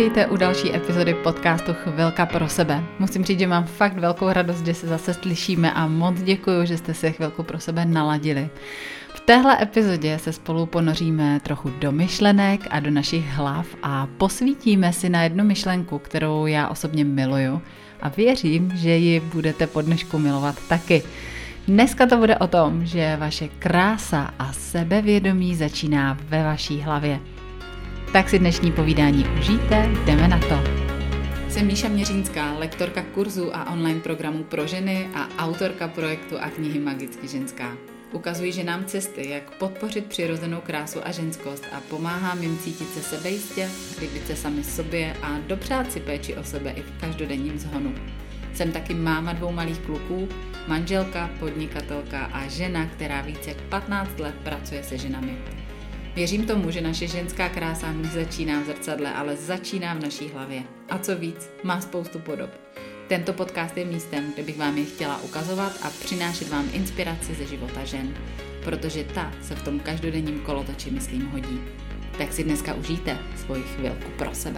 Vítejte u další epizody podcastu Chvilka pro sebe. Musím říct, že mám fakt velkou radost, že se zase slyšíme a moc děkuju, že jste si chvilku pro sebe naladili. V téhle epizodě se spolu ponoříme trochu do myšlenek a do našich hlav a posvítíme si na jednu myšlenku, kterou já osobně miluju a věřím, že ji budete po dnešku milovat taky. Dneska to bude o tom, že vaše krása a sebevědomí začíná ve vaší hlavě. Tak si dnešní povídání užijte, jdeme na to. Jsem Míša Měřínská, lektorka kurzů a online programů pro ženy a autorka projektu a knihy Magicky ženská. Ukazuji ženám cesty, jak podpořit přirozenou krásu a ženskost a pomáhám jim cítit se sebejistě, líbit se sami sobě a dopřát si péči o sebe i v každodenním zhonu. Jsem taky máma 2 malých kluků, manželka, podnikatelka a žena, která více jak 15 let pracuje se ženami. Věřím tomu, že naše ženská krása nezačíná v zrcadle, ale začíná v naší hlavě. A co víc, má spoustu podob. Tento podcast je místem, kde bych vám je chtěla ukazovat a přinášet vám inspiraci ze života žen, protože ta se v tom každodenním kolotoči, myslím, hodí. Tak si dneska užijte svoji chvilku pro sebe.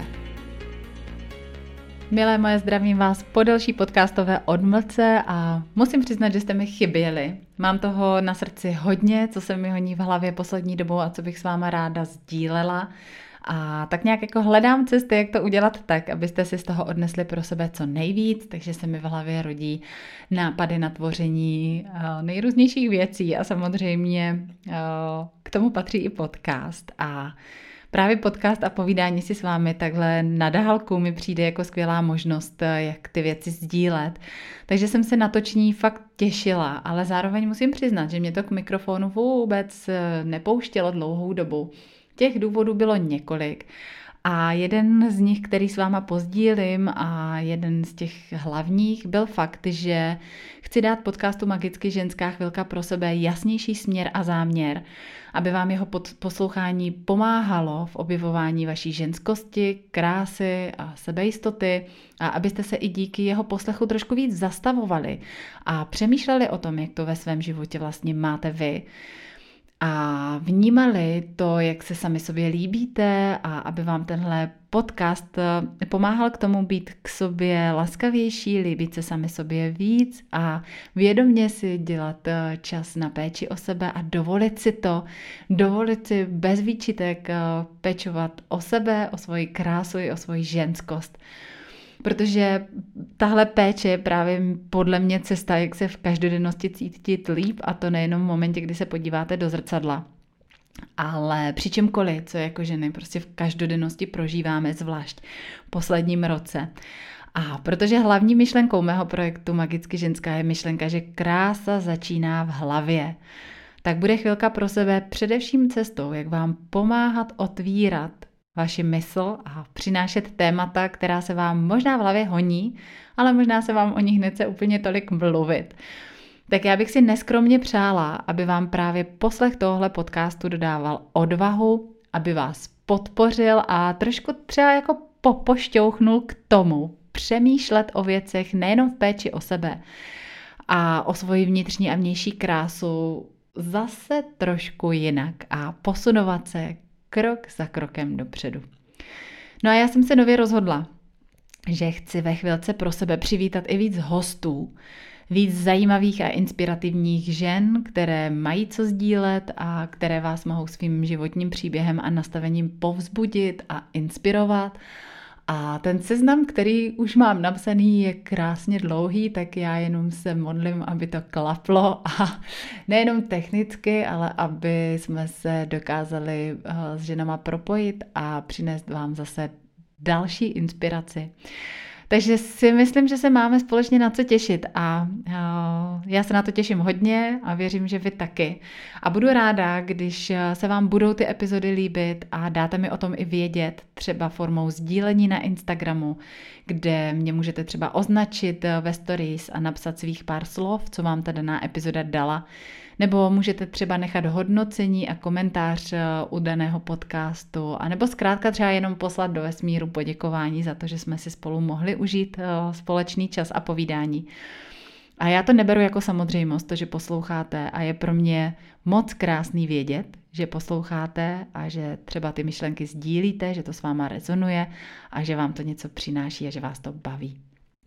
Milé moje, zdravím vás po delší podcastové odmlce a musím přiznat, že jste mi chyběli. Mám toho na srdci hodně, co se mi honí v hlavě poslední dobou a co bych s váma ráda sdílela. A tak nějak jako hledám cesty, jak to udělat tak, abyste si z toho odnesli pro sebe co nejvíc, takže se mi v hlavě rodí nápady na tvoření nejrůznějších věcí a samozřejmě k tomu patří i podcast. A právě podcast a povídání si s vámi takhle na dálku mi přijde jako skvělá možnost, jak ty věci sdílet. Takže jsem se na točení fakt těšila, ale zároveň musím přiznat, že mě to k mikrofonu vůbec nepouštělo dlouhou dobu. Těch důvodů bylo několik a jeden z nich, který s váma pozdílím a jeden z těch hlavních byl fakt, že chci dát podcastu Magicky ženská chvilka pro sebe jasnější směr a záměr, aby vám jeho poslouchání pomáhalo v objevování vaší ženskosti, krásy a sebejistoty a abyste se i díky jeho poslechu trošku víc zastavovali a přemýšleli o tom, jak to ve svém životě vlastně máte vy. A vnímali to, jak se sami sobě líbíte a aby vám tenhle podcast pomáhal k tomu být k sobě laskavější, líbit se sami sobě víc a vědomě si dělat čas na péči o sebe a dovolit si bez výčitek pečovat o sebe, o svoji krásu i o svoji ženskost. Protože tahle péče je právě podle mě cesta, jak se v každodennosti cítit líp a to nejenom v momentě, kdy se podíváte do zrcadla, ale při čemkoliv, co jako ženy prostě v každodennosti prožíváme, zvlášť v posledním roce. A protože hlavní myšlenkou mého projektu Magicky ženská je myšlenka, že krása začíná v hlavě, tak bude chvilka pro sebe především cestou, jak vám pomáhat otvírat vaši mysl a přinášet témata, která se vám možná v hlavě honí, ale možná se vám o nich nechce úplně tolik mluvit. Tak já bych si neskromně přála, aby vám právě poslech tohle podcastu dodával odvahu, aby vás podpořil a trošku třeba jako popošťouchnul k tomu přemýšlet o věcech nejenom v péči o sebe a o svoji vnitřní a vnější krásu zase trošku jinak a posunovat se krok za krokem dopředu. No a já jsem se nově rozhodla, že chci ve chvilce pro sebe přivítat i víc hostů, víc zajímavých a inspirativních žen, které mají co sdílet a které vás mohou svým životním příběhem a nastavením povzbudit a inspirovat. A ten seznam, který už mám napsaný, je krásně dlouhý, tak já jenom se modlím, aby to klaplo a nejenom technicky, ale aby jsme se dokázali s ženama propojit a přinést vám zase další inspiraci. Takže si myslím, že se máme společně na co těšit a já se na to těším hodně a věřím, že vy taky. A budu ráda, když se vám budou ty epizody líbit a dáte mi o tom i vědět, třeba formou sdílení na Instagramu, kde mě můžete třeba označit ve stories a napsat svých pár slov, co vám ta daná epizoda dala. Nebo můžete třeba nechat hodnocení a komentář u daného podcastu, anebo zkrátka třeba jenom poslat do vesmíru poděkování za to, že jsme si spolu mohli užít společný čas a povídání. A já to neberu jako samozřejmost, to, že posloucháte, a je pro mě moc krásný vědět, že posloucháte a že třeba ty myšlenky sdílíte, že to s váma rezonuje a že vám to něco přináší a že vás to baví.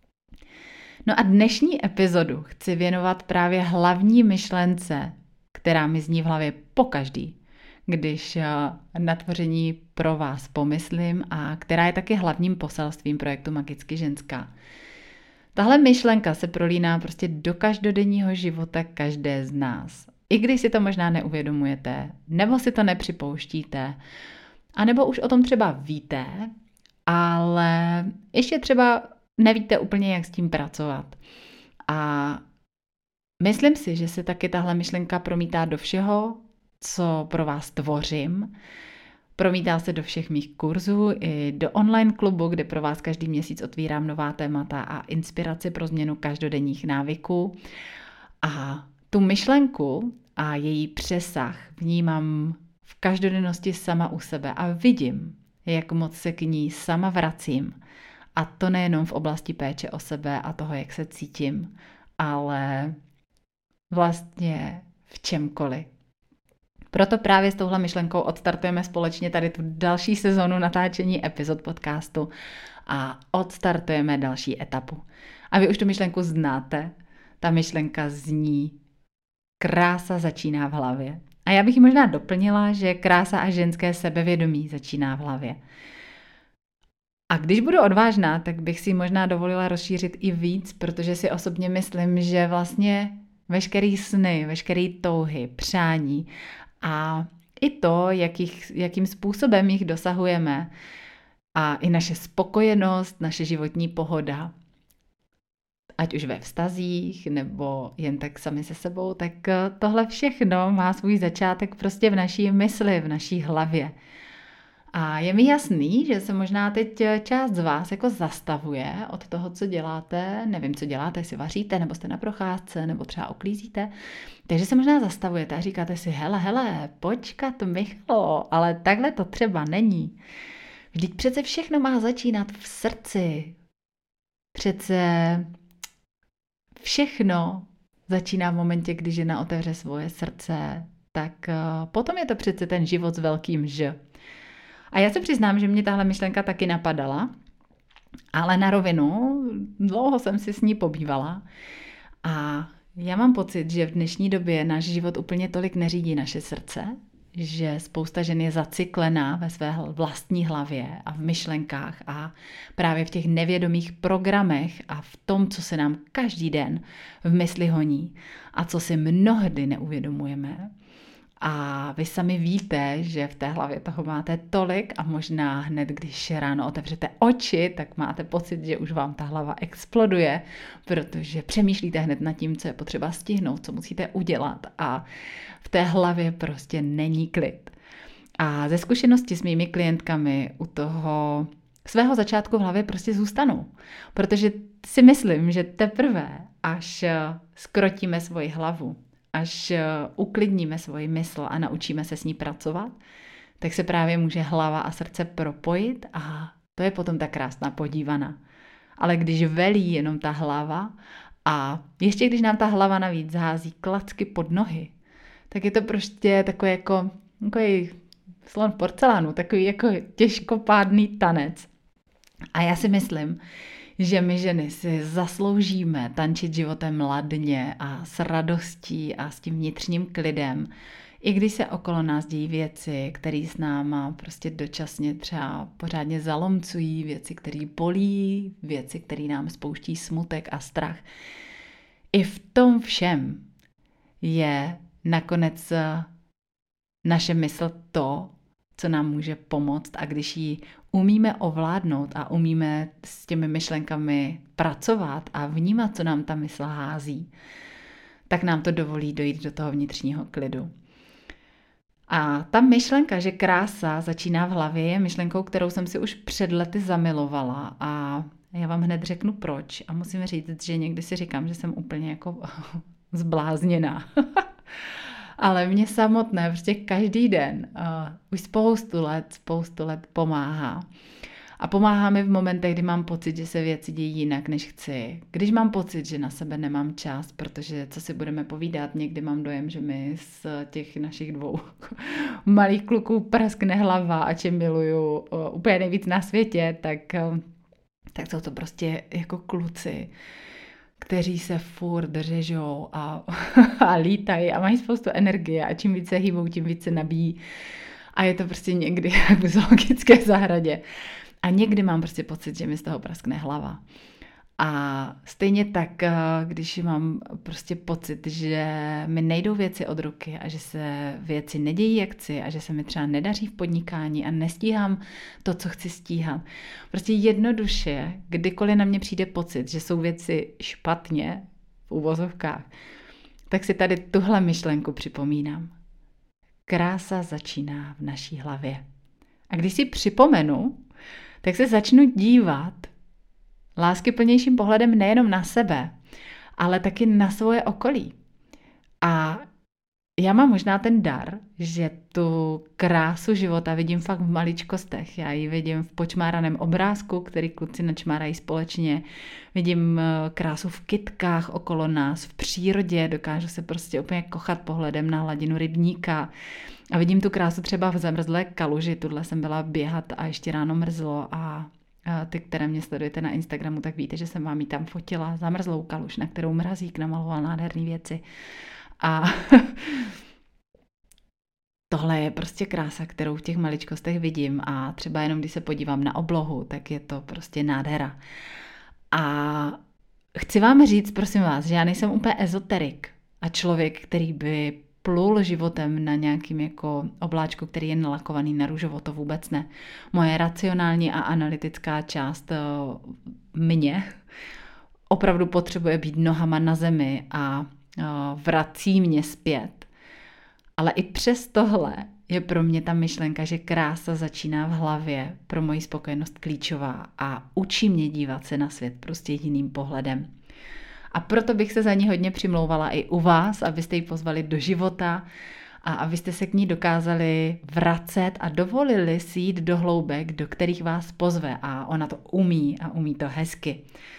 No a dnešní epizodu chci věnovat právě hlavní myšlence, která mi zní v hlavě pokaždý, když na tvoření pro vás pomyslím a která je taky hlavním poselstvím projektu Magicky ženská. Tahle myšlenka se prolíná prostě do každodenního života každé z nás. I když si to možná neuvědomujete, nebo si to nepřipouštíte, anebo už o tom třeba víte, ale ještě třeba nevíte úplně, jak s tím pracovat. A myslím si, že se taky tahle myšlenka promítá do všeho, co pro vás tvořím. Promítá se do všech mých kurzů i do online klubu, kde pro vás každý měsíc otvírám nová témata a inspiraci pro změnu každodenních návyků. A tu myšlenku a její přesah vnímám v každodennosti sama u sebe a vidím, jak moc se k ní sama vracím. A to nejenom v oblasti péče o sebe a toho, jak se cítím, ale vlastně v čemkoliv. Proto právě s touhle myšlenkou odstartujeme společně tady tu další sezonu natáčení epizod podcastu a odstartujeme další etapu. A vy už tu myšlenku znáte, ta myšlenka zní: krása začíná v hlavě. A já bych ji možná doplnila, že krása a ženské sebevědomí začíná v hlavě. A když budu odvážná, tak bych si možná dovolila rozšířit i víc, protože si osobně myslím, že vlastně veškerý sny, veškerý touhy, přání a i to, jakým způsobem jich dosahujeme a i naše spokojenost, naše životní pohoda, ať už ve vztazích nebo jen tak sami se sebou, tak tohle všechno má svůj začátek prostě v naší mysli, v naší hlavě. A je mi jasný, že se možná teď část z vás jako zastavuje od toho, co děláte. Nevím, co děláte, jestli vaříte, nebo jste na procházce, nebo třeba uklízíte. Takže se možná zastavujete a říkáte si: hele, počkat, Michalo, ale takhle to třeba není. Vždyť přece všechno má začínat v srdci. Přece všechno začíná v momentě, kdy žena otevře svoje srdce, tak potom je to přece ten život s velkým Ž. A já se přiznám, že mě tahle myšlenka taky napadala, ale na rovinu dlouho jsem si s ní pobývala a já mám pocit, že v dnešní době náš život úplně tolik neřídí naše srdce, že spousta žen je zacyklená ve své vlastní hlavě a v myšlenkách a právě v těch nevědomých programech a v tom, co se nám každý den v mysli honí a co si mnohdy neuvědomujeme. A vy sami víte, že v té hlavě toho máte tolik a možná hned, když ráno otevřete oči, tak máte pocit, že už vám ta hlava exploduje, protože přemýšlíte hned nad tím, co je potřeba stihnout, co musíte udělat a v té hlavě prostě není klid. A ze zkušenosti s mými klientkami u toho svého začátku v hlavě prostě zůstanu, protože si myslím, že teprve, až zkrotíme svoji hlavu, až uklidníme svoji mysl a naučíme se s ní pracovat, tak se právě může hlava a srdce propojit a to je potom ta krásná podívaná. Ale když velí jenom ta hlava a ještě když nám ta hlava navíc hází klacky pod nohy, tak je to prostě takový slon v porcelánu, takový jako těžkopádný tanec. A já si myslím, že my ženy si zasloužíme tančit životem ladně a s radostí a s tím vnitřním klidem, i když se okolo nás dějí věci, které s náma prostě dočasně třeba pořádně zalomcují, věci, které bolí, věci, které nám spouští smutek a strach. I v tom všem je nakonec naše mysl to, co nám může pomoct, a když ji umíme ovládnout a umíme s těmi myšlenkami pracovat a vnímat, co nám ta mysl hází, tak nám to dovolí dojít do toho vnitřního klidu. A ta myšlenka, že krása začíná v hlavě, je myšlenkou, kterou jsem si už před lety zamilovala a já vám hned řeknu proč. A musím říct, že někdy si říkám, že jsem úplně jako zblázněná. Ale mě samotné prostě každý den už spoustu let pomáhá. A pomáhá mi v momentech, kdy mám pocit, že se věci dějí jinak, než chci. Když mám pocit, že na sebe nemám čas, protože co si budeme povídat, někdy mám dojem, že mi z těch našich 2 malých kluků praskne hlava a čem miluju úplně nejvíc na světě, tak jsou to prostě jako kluci, kteří se furt řežou a lítají a mají spoustu energie a čím více hýbou, tím více nabíjí. A je to prostě někdy v zoologické zahradě. A někdy mám prostě pocit, že mi z toho praskne hlava. A stejně tak, když mám prostě pocit, že mi nejdou věci od ruky a že se věci nedějí jak chci a že se mi třeba nedaří v podnikání a nestíhám to, co chci stíhat. Prostě jednoduše, kdykoliv na mě přijde pocit, že jsou věci špatně v uvozovkách, tak si tady tuhle myšlenku připomínám. Krása začíná v naší hlavě. A když si připomenu, tak se začnu dívat láskyplnějším pohledem nejenom na sebe, ale taky na svoje okolí. A já mám možná ten dar, že tu krásu života vidím fakt v maličkostech. Já ji vidím v počmáraném obrázku, který kluci načmárají společně. Vidím krásu v kytkách okolo nás, v přírodě. Dokážu se prostě úplně kochat pohledem na hladinu rybníka. A vidím tu krásu třeba v zamrzlé kaluži. Tudle jsem byla běhat a ještě ráno mrzlo a ty, které mě sledujete na Instagramu, tak víte, že jsem vám ji tam fotila zamrzlou kaluž, na kterou Mrazík namaloval nádherné věci. A tohle je prostě krása, kterou v těch maličkostech vidím a třeba jenom když se podívám na oblohu, tak je to prostě nádhera. A chci vám říct, prosím vás, že já nejsem úplně ezoterik a člověk, který by plul životem na nějakým jako obláčku, který je nalakovaný na růžovo, to vůbec ne. Moje racionální a analytická část mě opravdu potřebuje být nohama na zemi a vrací mě zpět. Ale i přes tohle je pro mě ta myšlenka, že krása začíná v hlavě, pro moji spokojenost klíčová a učí mě dívat se na svět prostě jiným pohledem. A proto bych se za ní hodně přimlouvala i u vás, abyste ji pozvali do života a abyste se k ní dokázali vracet a dovolili si jít do hloubek, do kterých vás pozve. A ona to umí a umí to hezky.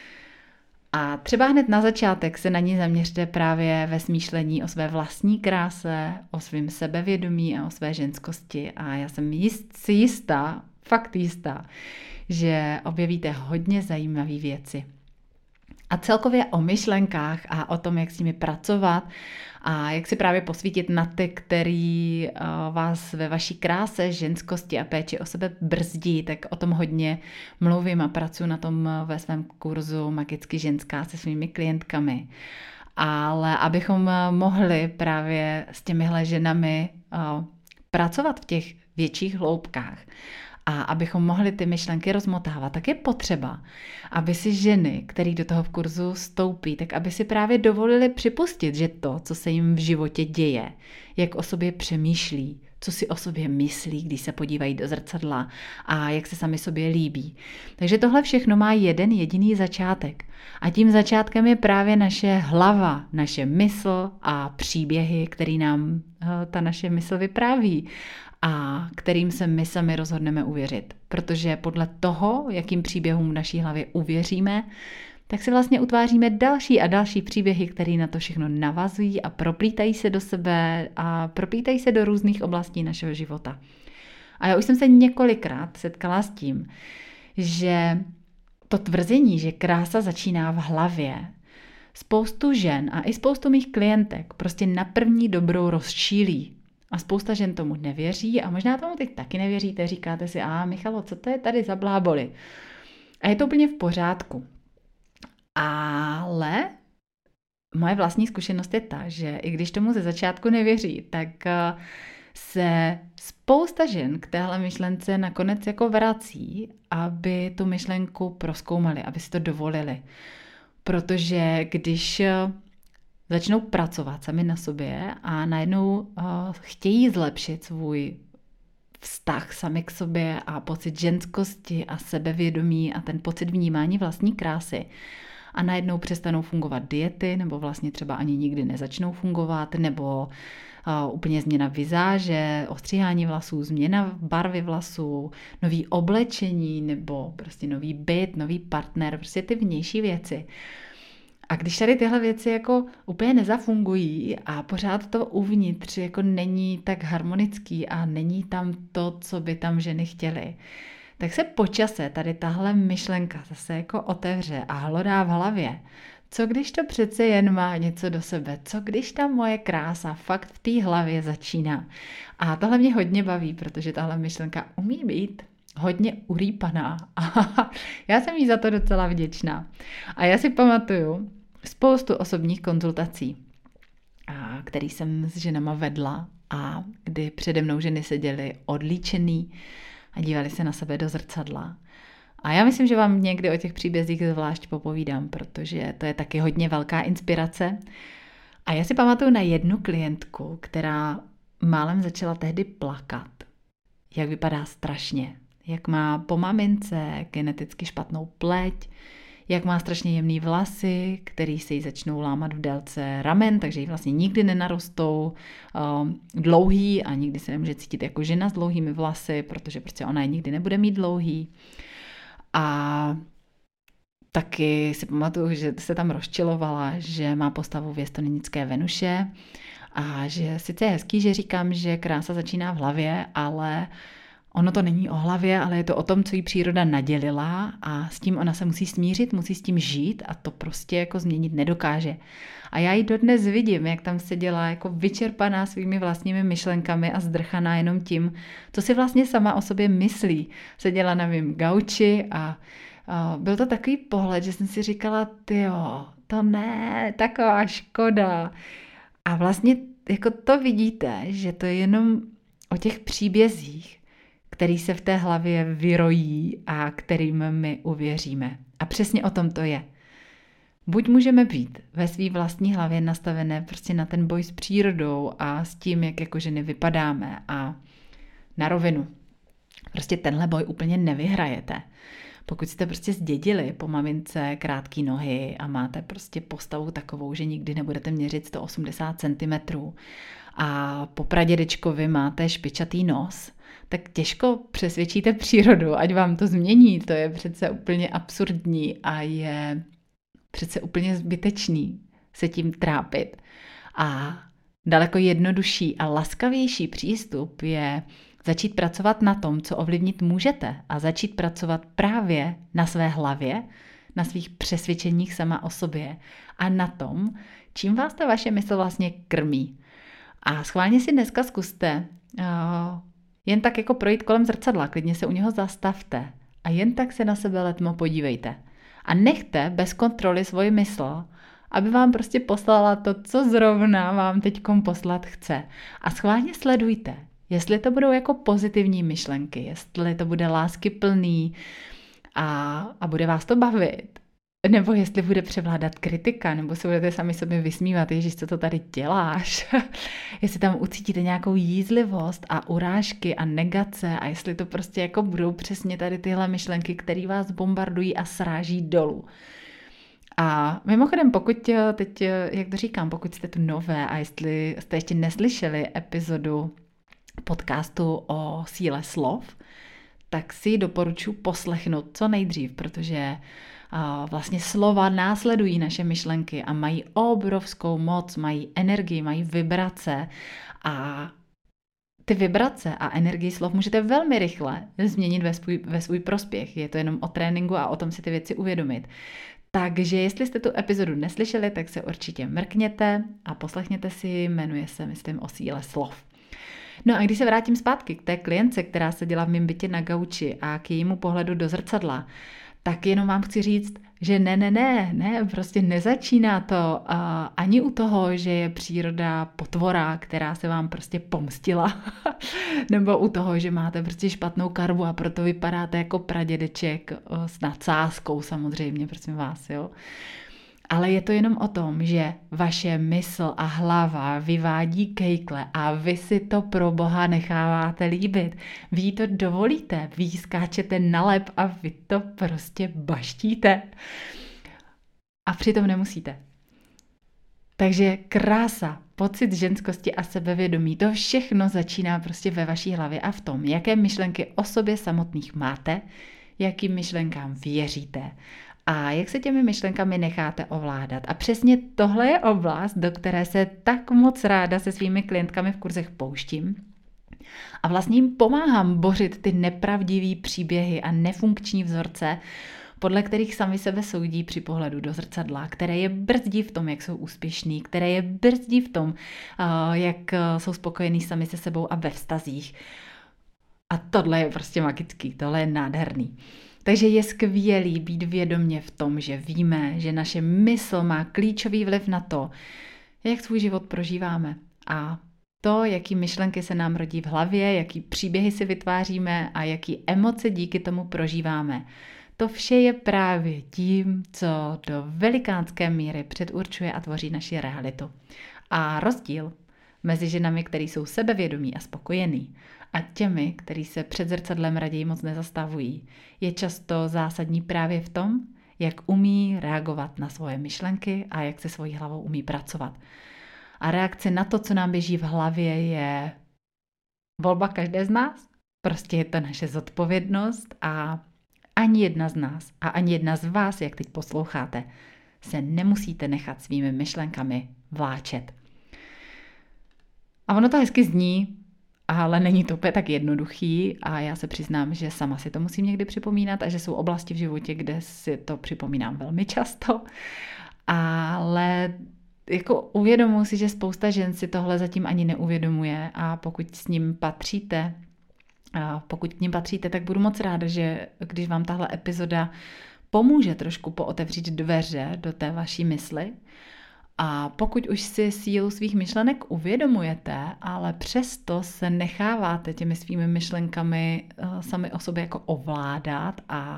A třeba hned na začátek se na ní zaměřte právě ve smýšlení o své vlastní kráse, o svém sebevědomí a o své ženskosti. A já jsem si jistá, fakt jistá, že objevíte hodně zajímavé věci. A celkově o myšlenkách a o tom, jak s nimi pracovat a jak si právě posvítit na ty, který vás ve vaší kráse, ženskosti a péči o sebe brzdí, tak o tom hodně mluvím a pracuji na tom ve svém kurzu Magicky ženská se svými klientkami. Ale abychom mohli právě s těmihle ženami pracovat v těch větších hloubkách, a abychom mohli ty myšlenky rozmotávat, tak je potřeba, aby si ženy, které do toho v kurzu vstoupí, tak aby si právě dovolili připustit, že to, co se jim v životě děje, jak o sobě přemýšlí, co si o sobě myslí, když se podívají do zrcadla a jak se sami sobě líbí. Takže tohle všechno má jeden jediný začátek. A tím začátkem je právě naše hlava, naše mysl a příběhy, který nám ta naše mysl vypráví a kterým se my sami rozhodneme uvěřit. Protože podle toho, jakým příběhům v naší hlavě uvěříme, tak si vlastně utváříme další a další příběhy, které na to všechno navazují a proplítají se do sebe a proplítají se do různých oblastí našeho života. A já už jsem se několikrát setkala s tím, že to tvrzení, že krása začíná v hlavě, spoustu žen a i spoustu mých klientek prostě na první dobrou rozčílí. A spousta žen tomu nevěří a možná tomu teď taky nevěříte, říkáte si, Michalo, co to je tady za bláboli? A je to úplně v pořádku. Ale moje vlastní zkušenost je ta, že i když tomu ze začátku nevěří, tak se spousta žen k téhle myšlence nakonec jako vrací, aby tu myšlenku prozkoumali, aby si to dovolili. Protože když začnou pracovat sami na sobě a najednou chtějí zlepšit svůj vztah sami k sobě a pocit ženskosti a sebevědomí a ten pocit vnímání vlastní krásy. a najednou přestanou fungovat diety, nebo vlastně třeba ani nikdy nezačnou fungovat, nebo úplně změna vizáže, ostříhání vlasů, změna barvy vlasů, nový oblečení, nebo prostě nový byt, nový partner, prostě ty vnější věci. A když tady tyhle věci jako úplně nezafungují a pořád to uvnitř jako není tak harmonický a není tam to, co by tam ženy chtěly, tak se po čase tady tahle myšlenka zase jako otevře a hlodá v hlavě. Co když to přece jen má něco do sebe? Co když ta moje krása fakt v té hlavě začíná? A tohle mě hodně baví, protože tahle myšlenka umí být hodně urýpaná. A já jsem jí za to docela vděčná. A já si pamatuju spoustu osobních konzultací, který jsem s ženama vedla a kdy přede mnou ženy seděly odlíčený a dívali se na sebe do zrcadla. A já myslím, že vám někdy o těch příbězích zvlášť popovídám, protože to je taky hodně velká inspirace. A já si pamatuju na jednu klientku, která málem začala tehdy plakat. Jak vypadá strašně. Jak má po mamince geneticky špatnou pleť, jak má strašně jemný vlasy, který se jí začnou lámat v délce ramen, takže jí vlastně nikdy nenarostou dlouhý a nikdy se nemůže cítit jako žena s dlouhými vlasy, protože prostě ona je nikdy nebude mít dlouhý. A taky si pamatuju, že se tam rozčilovala, že má postavu věstonické Venuše a že sice je hezký, že říkám, že krása začíná v hlavě, ale ono to není o hlavě, ale je to o tom, co jí příroda nadělila a s tím ona se musí smířit, musí s tím žít a to prostě jako změnit nedokáže. A já ji dodnes vidím, jak tam seděla jako vyčerpaná svými vlastními myšlenkami a zdrchaná jenom tím, co si vlastně sama o sobě myslí. Seděla na mým gauči a byl to takový pohled, že jsem si říkala, tyjo, to ne, taková škoda. A vlastně jako to vidíte, že to je jenom o těch příbězích, který se v té hlavě vyrojí a kterým my uvěříme. A přesně o tom to je. Buď můžeme být ve své vlastní hlavě nastavené prostě na ten boj s přírodou a s tím, jak jako ženy vypadáme a na rovinu. Prostě tenhle boj úplně nevyhrajete. Pokud jste prostě zdědili po mamince krátké nohy a máte prostě postavu takovou, že nikdy nebudete měřit 180 cm a po pradědečkovi máte špičatý nos, tak těžko přesvědčíte přírodu, ať vám to změní. To je přece úplně absurdní a je přece úplně zbytečný se tím trápit. A daleko jednodušší a laskavější přístup je začít pracovat na tom, co ovlivnit můžete a začít pracovat právě na své hlavě, na svých přesvědčeních sama o sobě a na tom, čím vás ta vaše mysl vlastně krmí. A schválně si dneska zkuste jen tak jako projít kolem zrcadla, klidně se u něho zastavte a jen tak se na sebe letmo podívejte. A nechte bez kontroly svoji mysl, aby vám prostě poslala to, co zrovna vám teďkom poslat chce. A schválně sledujte, jestli to budou jako pozitivní myšlenky, jestli to bude láskyplný a bude vás to bavit. Nebo jestli bude převládat kritika, nebo se budete sami sobě vysmívat, ježiš, co to tady děláš? Jestli tam ucítíte nějakou jízlivost a urážky a negace a jestli to prostě jako budou přesně tady tyhle myšlenky, které vás bombardují a sráží dolů. A mimochodem, pokud teď, jak to říkám, pokud jste tu nové a jestli jste ještě neslyšeli epizodu podcastu o síle slov, tak si doporučuji poslechnout co nejdřív, protože vlastně slova následují naše myšlenky a mají obrovskou moc, mají energii, mají vibrace a ty vibrace a energii slov můžete velmi rychle změnit ve svůj prospěch. Je to jenom o tréninku a o tom si ty věci uvědomit. Takže jestli jste tu epizodu neslyšeli, tak se určitě mrkněte a poslechněte si, jmenuje se, myslím, o síle slov. No a když se vrátím zpátky k té klientce, která seděla v mém bytě na gauči a k jejímu pohledu do zrcadla, tak jenom vám chci říct, že ne, prostě nezačíná to ani u toho, že je příroda potvora, která se vám prostě pomstila, nebo u toho, že máte prostě špatnou karvu a proto vypadáte jako pradědeček s nadsázkou samozřejmě, prosím vás, jo. Ale je to jenom o tom, že vaše mysl a hlava vyvádí kejkle a vy si to pro Boha necháváte líbit. Vy to dovolíte, vy skáčete na lep a vy to prostě baštíte. A přitom nemusíte. Takže krása, pocit ženskosti a sebevědomí, to všechno začíná prostě ve vaší hlavě a v tom, jaké myšlenky o sobě samotných máte, jakým myšlenkám věříte a jak se těmi myšlenkami necháte ovládat. A přesně tohle je oblast, do které se tak moc ráda se svými klientkami v kurzech pouštím. A vlastně jim pomáhám bořit ty nepravdivý příběhy a nefunkční vzorce, podle kterých sami sebe soudí při pohledu do zrcadla, které je brzdí v tom, jak jsou úspěšní, které je brzdí v tom, jak jsou spokojení sami se sebou a ve vztazích. A tohle je prostě magický, tohle je nádherný. Takže je skvělý být vědomě v tom, že víme, že naše mysl má klíčový vliv na to, jak svůj život prožíváme. A to, jaký myšlenky se nám rodí v hlavě, jaký příběhy si vytváříme a jaký emoce díky tomu prožíváme. To vše je právě tím, co do velikánské míry předurčuje a tvoří naši realitu. A rozdíl mezi ženami, které jsou sebevědomí a spokojení, a těmi, kteří se před zrcadlem raději moc nezastavují, je často zásadní právě v tom, jak umí reagovat na svoje myšlenky a jak se svojí hlavou umí pracovat. A reakce na to, co nám běží v hlavě, je volba každé z nás. Prostě je to naše zodpovědnost a ani jedna z nás a ani jedna z vás, jak teď posloucháte, se nemusíte nechat svými myšlenkami vláčet. A ono to hezky zní, ale není to úplně tak jednoduchý a já se přiznám, že sama si to musím někdy připomínat a že jsou oblasti v životě, kde si to připomínám velmi často, ale jako uvědomuji si, že spousta žen si tohle zatím ani neuvědomuje a pokud k nim patříte, tak budu moc ráda, že když vám tahle epizoda pomůže trošku pootevřít dveře do té vaší mysli. A pokud už si sílu svých myšlenek uvědomujete, ale přesto se necháváte těmi svými myšlenkami sami o sobě jako ovládat a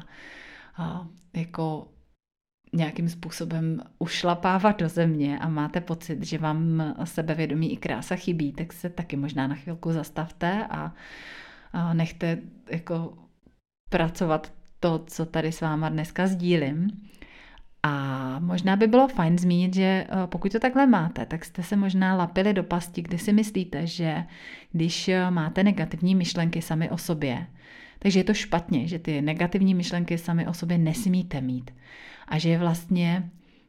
jako nějakým způsobem ušlapávat do země a máte pocit, že vám sebevědomí i krása chybí, tak se taky možná na chvilku zastavte a nechte jako pracovat to, co tady s váma dneska sdílím. A možná by bylo fajn zmínit, že pokud to takhle máte, tak jste se možná lapili do pasti, kdy si myslíte, že když máte negativní myšlenky sami o sobě, takže je to špatně, že ty negativní myšlenky sami o sobě nesmíte mít. A že je vlastně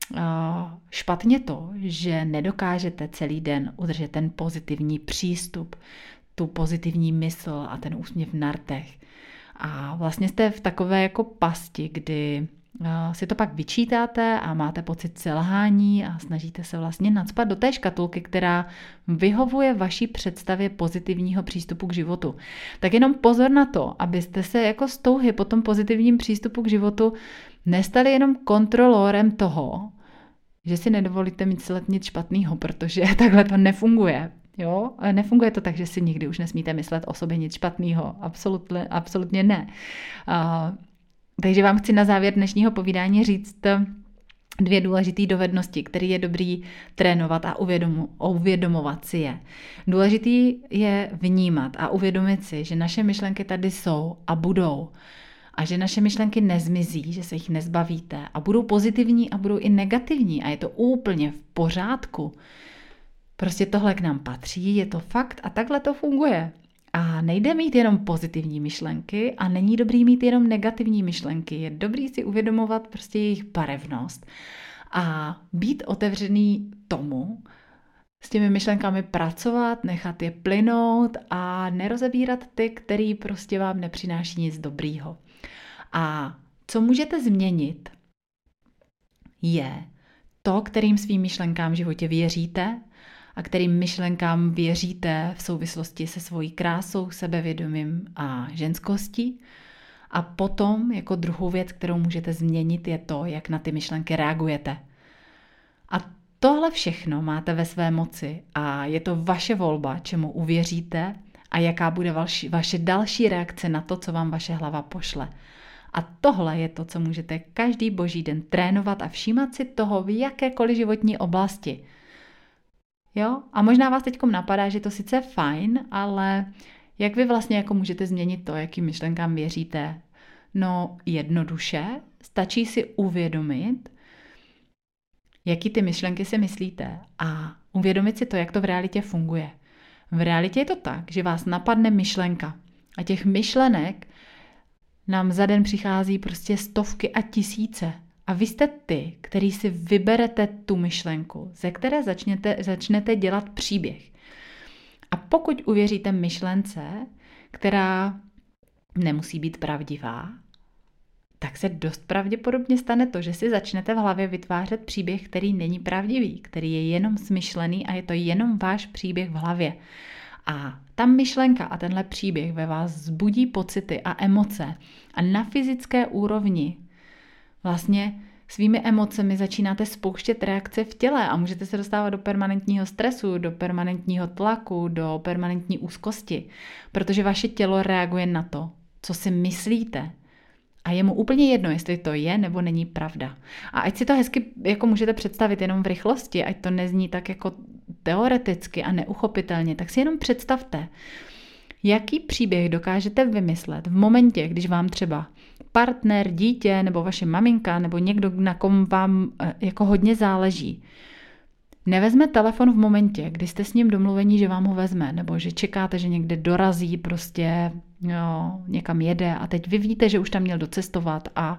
špatně to, že nedokážete celý den udržet ten pozitivní přístup, tu pozitivní mysl a ten úsměv na rtech. A vlastně jste v takové jako pasti, kdy si to pak vyčítáte a máte pocit selhání a snažíte se vlastně nacpat do té škatulky, která vyhovuje vaší představě pozitivního přístupu k životu. Tak jenom pozor na to, abyste se jako z touhy po tom pozitivním přístupu k životu nestali jenom kontrolorem toho, že si nedovolíte myslet nic špatného, protože takhle to nefunguje. Jo? Nefunguje to tak, že si nikdy už nesmíte myslet o sobě nic špatného. Absolutně ne. Takže vám chci na závěr dnešního povídání říct 2 důležité dovednosti, které je dobrý trénovat a uvědomovat si je. Důležitý je vnímat a uvědomit si, že naše myšlenky tady jsou a budou. A že naše myšlenky nezmizí, že se jich nezbavíte a budou pozitivní a budou i negativní a je to úplně v pořádku. Prostě tohle k nám patří, je to fakt a takhle to funguje. A nejde mít jenom pozitivní myšlenky a není dobrý mít jenom negativní myšlenky. Je dobrý si uvědomovat prostě jejich barevnost a být otevřený tomu, s těmi myšlenkami pracovat, nechat je plynout a nerozebírat ty, který prostě vám nepřináší nic dobrýho. A co můžete změnit, je to, kterým svým myšlenkám v životě věříte a kterým myšlenkám věříte v souvislosti se svojí krásou, sebevědomím a ženskostí. A potom, jako druhou věc, kterou můžete změnit, je to, jak na ty myšlenky reagujete. A tohle všechno máte ve své moci a je to vaše volba, čemu uvěříte a jaká bude vaše další reakce na to, co vám vaše hlava pošle. A tohle je to, co můžete každý boží den trénovat a všímat si toho v jakékoliv životní oblasti. Jo? A možná vás teďkom napadá, že to sice je fajn, ale jak vy vlastně jako můžete změnit to, jakým myšlenkám věříte? No jednoduše, stačí si uvědomit, jaký ty myšlenky si myslíte a uvědomit si to, jak to v realitě funguje. V realitě je to tak, že vás napadne myšlenka a těch myšlenek nám za den přichází prostě stovky a tisíce. A vy jste ty, který si vyberete tu myšlenku, ze které začnete dělat příběh. A pokud uvěříte myšlence, která nemusí být pravdivá, tak se dost pravděpodobně stane to, že si začnete v hlavě vytvářet příběh, který není pravdivý, který je jenom smyšlený a je to jenom váš příběh v hlavě. A ta myšlenka a tenhle příběh ve vás vzbudí pocity a emoce a na fyzické úrovni vlastně svými emocemi začínáte spouštět reakce v těle a můžete se dostávat do permanentního stresu, do permanentního tlaku, do permanentní úzkosti, protože vaše tělo reaguje na to, co si myslíte. A je mu úplně jedno, jestli to je nebo není pravda. A ať si to hezky jako můžete představit jenom v rychlosti, ať to nezní tak jako teoreticky a neuchopitelně, tak si jenom představte, jaký příběh dokážete vymyslet v momentě, když vám třeba partner, dítě nebo vaše maminka nebo někdo, na kom vám jako hodně záleží, nevezme telefon v momentě, kdy jste s ním domluvení, že vám ho vezme, nebo že čekáte, že někde dorazí, prostě někam jede a teď vy víte, že už tam měl docestovat a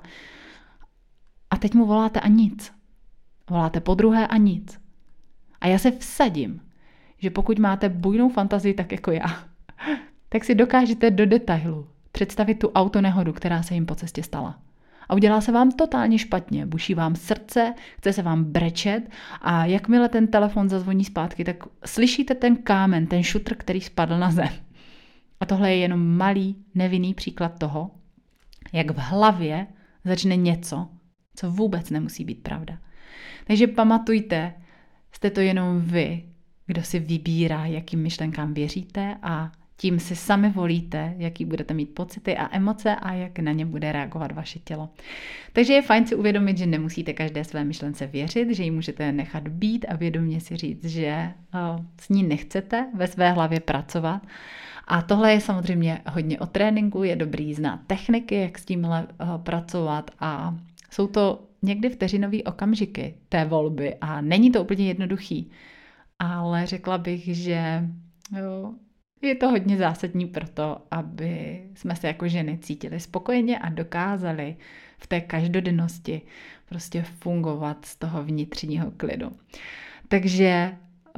teď mu voláte a nic. Voláte podruhé a nic. A já se vsadím, že pokud máte bujnou fantazii tak jako já, tak si dokážete do detailu představit tu autonehodu, která se jim po cestě stala. A udělá se vám totálně špatně, buší vám srdce, chce se vám brečet a jakmile ten telefon zazvoní zpátky, tak slyšíte ten kámen, ten šutr, který spadl na zem. A tohle je jenom malý, nevinný příklad toho, jak v hlavě začne něco, co vůbec nemusí být pravda. Takže pamatujte, jste to jenom vy, kdo si vybírá, jakým myšlenkám věříte a tím si sami volíte, jaký budete mít pocity a emoce a jak na ně bude reagovat vaše tělo. Takže je fajn si uvědomit, že nemusíte každé své myšlence věřit, že ji můžete nechat být a vědomě si říct, že s ní nechcete ve své hlavě pracovat. A tohle je samozřejmě hodně o tréninku, je dobrý znát techniky, jak s tímhle pracovat a jsou to někdy vteřinové okamžiky té volby a není to úplně jednoduchý, ale řekla bych, že je to hodně zásadní pro to, aby jsme se jako ženy cítili spokojeně a dokázali v té každodennosti prostě fungovat z toho vnitřního klidu. Takže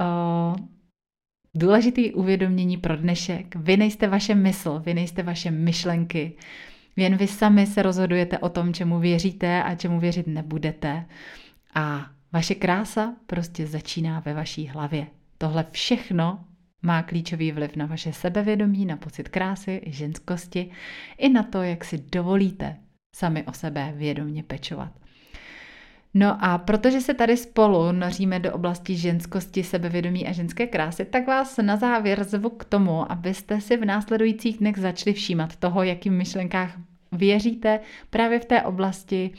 důležitý uvědomění pro dnešek. Vy nejste vaše mysl, vy nejste vaše myšlenky. Jen vy sami se rozhodujete o tom, čemu věříte a čemu věřit nebudete. A vaše krása prostě začíná ve vaší hlavě. Tohle všechno má klíčový vliv na vaše sebevědomí, na pocit krásy, ženskosti i na to, jak si dovolíte sami o sebe vědomě pečovat. No a protože se tady spolu noříme do oblasti ženskosti, sebevědomí a ženské krásy, tak vás na závěr zvu k tomu, abyste si v následujících dnech začali všímat toho, jakým myšlenkách věříte právě v té oblasti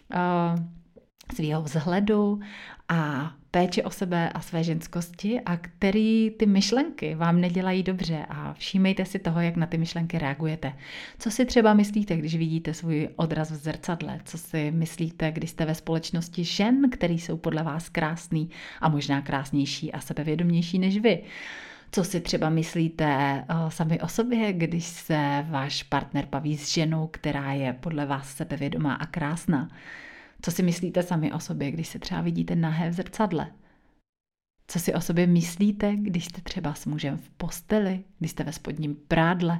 svého vzhledu a péče o sebe a své ženskosti a který ty myšlenky vám nedělají dobře a všímejte si toho, jak na ty myšlenky reagujete. Co si třeba myslíte, když vidíte svůj odraz v zrcadle? Co si myslíte, když jste ve společnosti žen, který jsou podle vás krásný a možná krásnější a sebevědomější než vy? Co si třeba myslíte sami o sobě, když se váš partner baví s ženou, která je podle vás sebevědomá a krásná? Co si myslíte sami o sobě, když se třeba vidíte nahé v zrcadle? Co si o sobě myslíte, když jste třeba s mužem v posteli, když jste ve spodním prádle?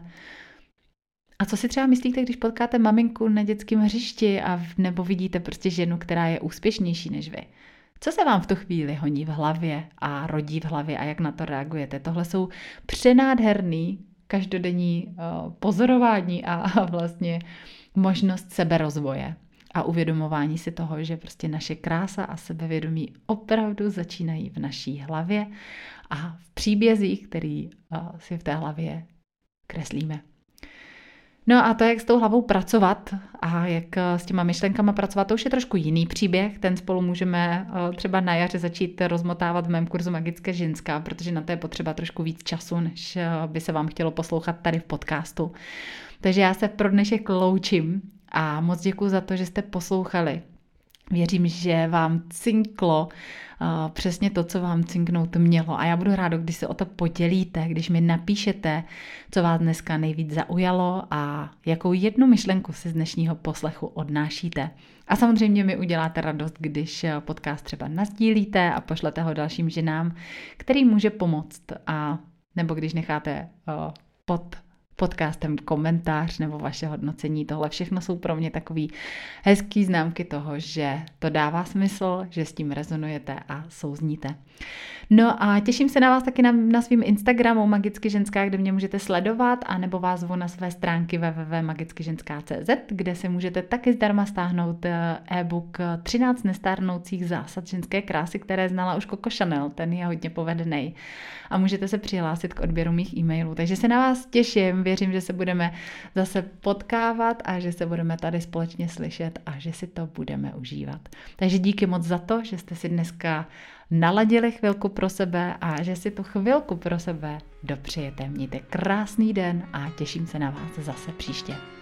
A co si třeba myslíte, když potkáte maminku na dětském hřišti nebo vidíte prostě ženu, která je úspěšnější než vy? Co se vám v tu chvíli honí v hlavě a rodí v hlavě a jak na to reagujete? Tohle jsou přenádherný každodenní pozorování a vlastně možnost seberozvoje a uvědomování si toho, že prostě naše krása a sebevědomí opravdu začínají v naší hlavě a v příbězích, který si v té hlavě kreslíme. No a to, jak s tou hlavou pracovat a jak s těma myšlenkama pracovat, to už je trošku jiný příběh. Ten spolu můžeme třeba na jaře začít rozmotávat v mém kurzu Magické ženská, protože na to je potřeba trošku víc času, než by se vám chtělo poslouchat tady v podcastu. Takže já se pro dnešek loučím a moc děkuji za to, že jste poslouchali Věřím, že vám cinklo přesně to, co vám cinknout mělo. A já budu ráda, když se o to podělíte, když mi napíšete, co vás dneska nejvíc zaujalo a jakou jednu myšlenku si z dnešního poslechu odnášíte. A samozřejmě mi uděláte radost, když podcast třeba nasdílíte a pošlete ho dalším ženám, který může pomoct. A nebo když necháte pod podcastem komentář nebo vaše hodnocení. Tohle všechno jsou pro mě takový hezký známky toho, že to dává smysl, že s tím rezonujete a souzníte. No a těším se na vás taky na svým Instagramu Magicky ženská, kde mě můžete sledovat, a nebo vás zvu na své stránky www.magickyženská.cz, kde si můžete taky zdarma stáhnout e-book 13 nestárnoucích zásad ženské krásy, které znala už Coco Chanel, ten je hodně povedený. A můžete se přihlásit k odběru mých e-mailů. Takže se na vás těším, věřím, že se budeme zase potkávat a že se budeme tady společně slyšet a že si to budeme užívat. Takže díky moc za to, že jste si dneska naladili chvilku pro sebe a že si tu chvilku pro sebe dopřejete. Mějte krásný den a těším se na vás zase příště.